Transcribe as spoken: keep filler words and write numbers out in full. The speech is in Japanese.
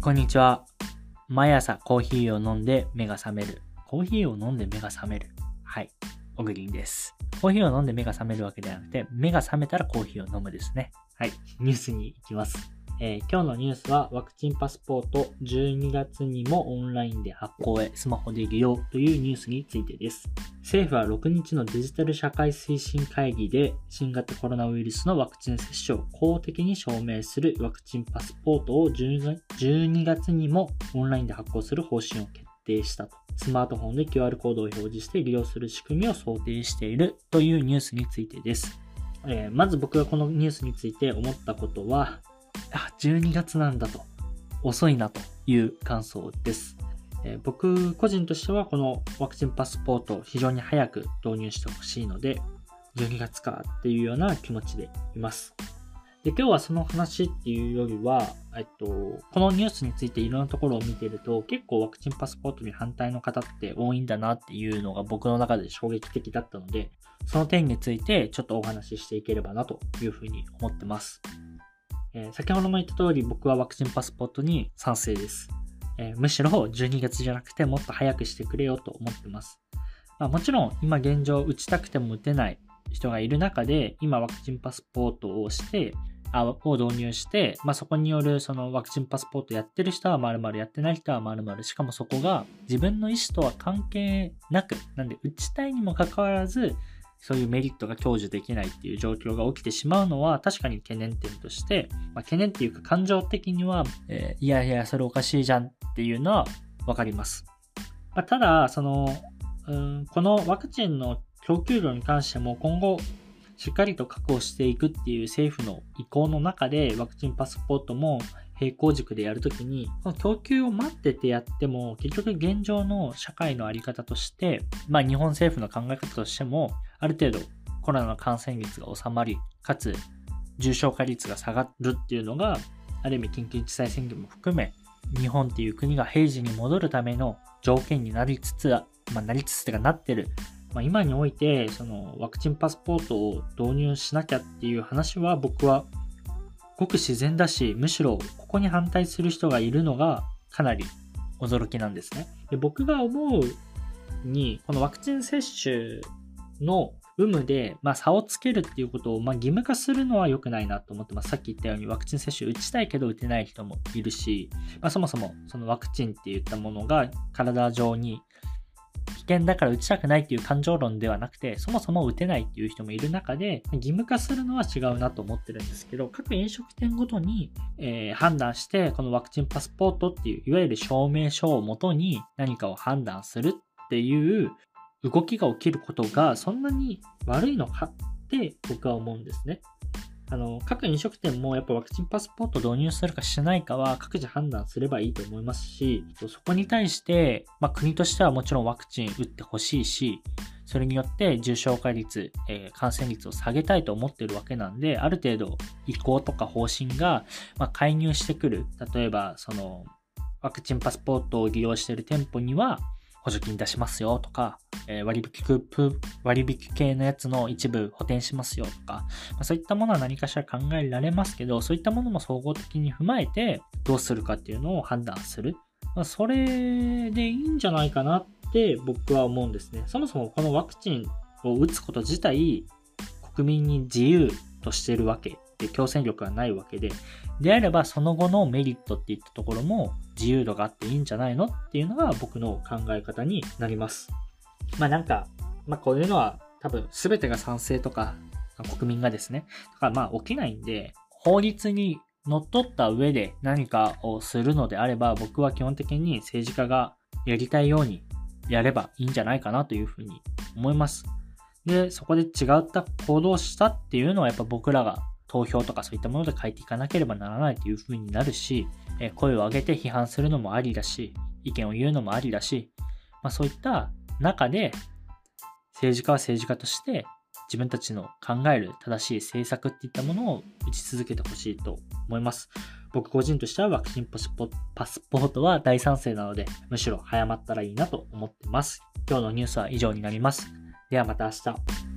こんにちは。毎朝コーヒーを飲んで目が覚める。コーヒーを飲んで目が覚める。はい。オグリンです。コーヒーを飲んで目が覚めるわけではなくて、目が覚めたらコーヒーを飲むですね。はい。ニュースに行きます。えー、今日のニュースはワクチンパスポートじゅうにがつにもオンラインで発行へスマホで利用というニュースについてです。政府はろくにちのデジタル社会推進会議で新型コロナウイルスのワクチン接種を公的に証明するワクチンパスポートをじゅうにがつにもオンラインで発行する方針を決定したと。スマートフォンで キューアール コードを表示して利用する仕組みを想定しているというニュースについてです。えー、まず僕がこのニュースについて思ったことは、あ、じゅうにがつなんだと、遅いなという感想です。えー、僕個人としてはこのワクチンパスポートを非常に早く導入してほしいので、じゅうにがつかっていうような気持ちでいます。で、今日はその話っていうよりは、えっと、このニュースについていろんなところを見てると、結構ワクチンパスポートに反対の方って多いんだなっていうのが僕の中で衝撃的だったので、その点についてちょっとお話ししていければなというふうに思ってます。えー、先ほども言った通り僕はワクチンパスポートに賛成です。えー、むしろじゅうにがつじゃなくてもっと早くしてくれよと思ってます。まあ、もちろん今現状打ちたくても打てない人がいる中で、今ワクチンパスポートをしてあを導入して、まあ、そこによるそのワクチンパスポートやってる人は〇〇やってない人は〇〇、しかもそこが自分の意思とは関係なく、なんで打ちたいにもかかわらずそういうメリットが享受できないっていう状況が起きてしまうのは確かに懸念点として、まあ、懸念っていうか感情的には、えー、いやいやそれおかしいじゃんっていうのはわかります。まあ、ただそのうーんこのワクチンの供給量に関しても今後しっかりと確保していくっていう政府の意向の中でワクチンパスポートも並行軸でやるときに、この供給を待っててやっても結局現状の社会のあり方として、まあ日本政府の考え方としてもある程度コロナの感染率が収まり、かつ重症化率が下がるっていうのがある意味緊急事態宣言も含め日本っていう国が平時に戻るための条件になりつつ、まあなりつつがなってる。まあ、今においてそのワクチンパスポートを導入しなきゃっていう話は僕はごく自然だし、むしろここに反対する人がいるのがかなり驚きなんですね。で、僕が思うにこのワクチン接種の有無で、まあ、差をつけるっていうことを、まあ、義務化するのは良くないなと思ってます。さっき言ったようにワクチン接種打ちたいけど打てない人もいるし、まあ、そもそもそのワクチンっていったものが体上に危険だから打ちたくないっていう感情論ではなくて、そもそも打てないっていう人もいる中で義務化するのは違うなと思ってるんですけど、各飲食店ごとに、えー、判断してこのワクチンパスポートっていういわゆる証明書をもとに何かを判断するっていう動きが起きることがそんなに悪いのかって僕は思うんですね。あの各飲食店もやっぱワクチンパスポート導入するかしないかは各自判断すればいいと思いますし、そこに対して、まあ、国としてはもちろんワクチン打ってほしいし、それによって重症化率、えー、感染率を下げたいと思ってるわけなんで、ある程度意向とか方針が、まあ、介入してくる。例えばそのワクチンパスポートを利用している店舗には補助金出しますよとか、えー、割引クープ、割引系のやつの一部補填しますよとか、まあ、そういったものは何かしら考えられますけど、そういったものも総合的に踏まえてどうするかっていうのを判断する。まあ、それでいいんじゃないかなって僕は思うんですね。そもそもこのワクチンを打つこと自体、国民に自由としているわけで、強制力がないわけで、であればその後のメリットっていったところも自由度があっていいんじゃないのっていうのが僕の考え方になります。まあなんか、まあこういうのは多分全てが賛成とか国民がですね、だからまあ起きないんで、法律にのっとった上で何かをするのであれば、僕は基本的に政治家がやりたいようにやればいいんじゃないかなというふうに思います。で、そこで違った行動をしたっていうのはやっぱ僕らが投票とかそういったもので変えていかなければならないというふうになるし、声を上げて批判するのもありだし、意見を言うのもありだし、まあ、そういった中で政治家は政治家として自分たちの考える正しい政策っていったものを打ち続けてほしいと思います。僕個人としてはワクチンパスポートは大賛成なので、むしろ早まったらいいなと思ってます。今日のニュースは以上になります。ではまた明日。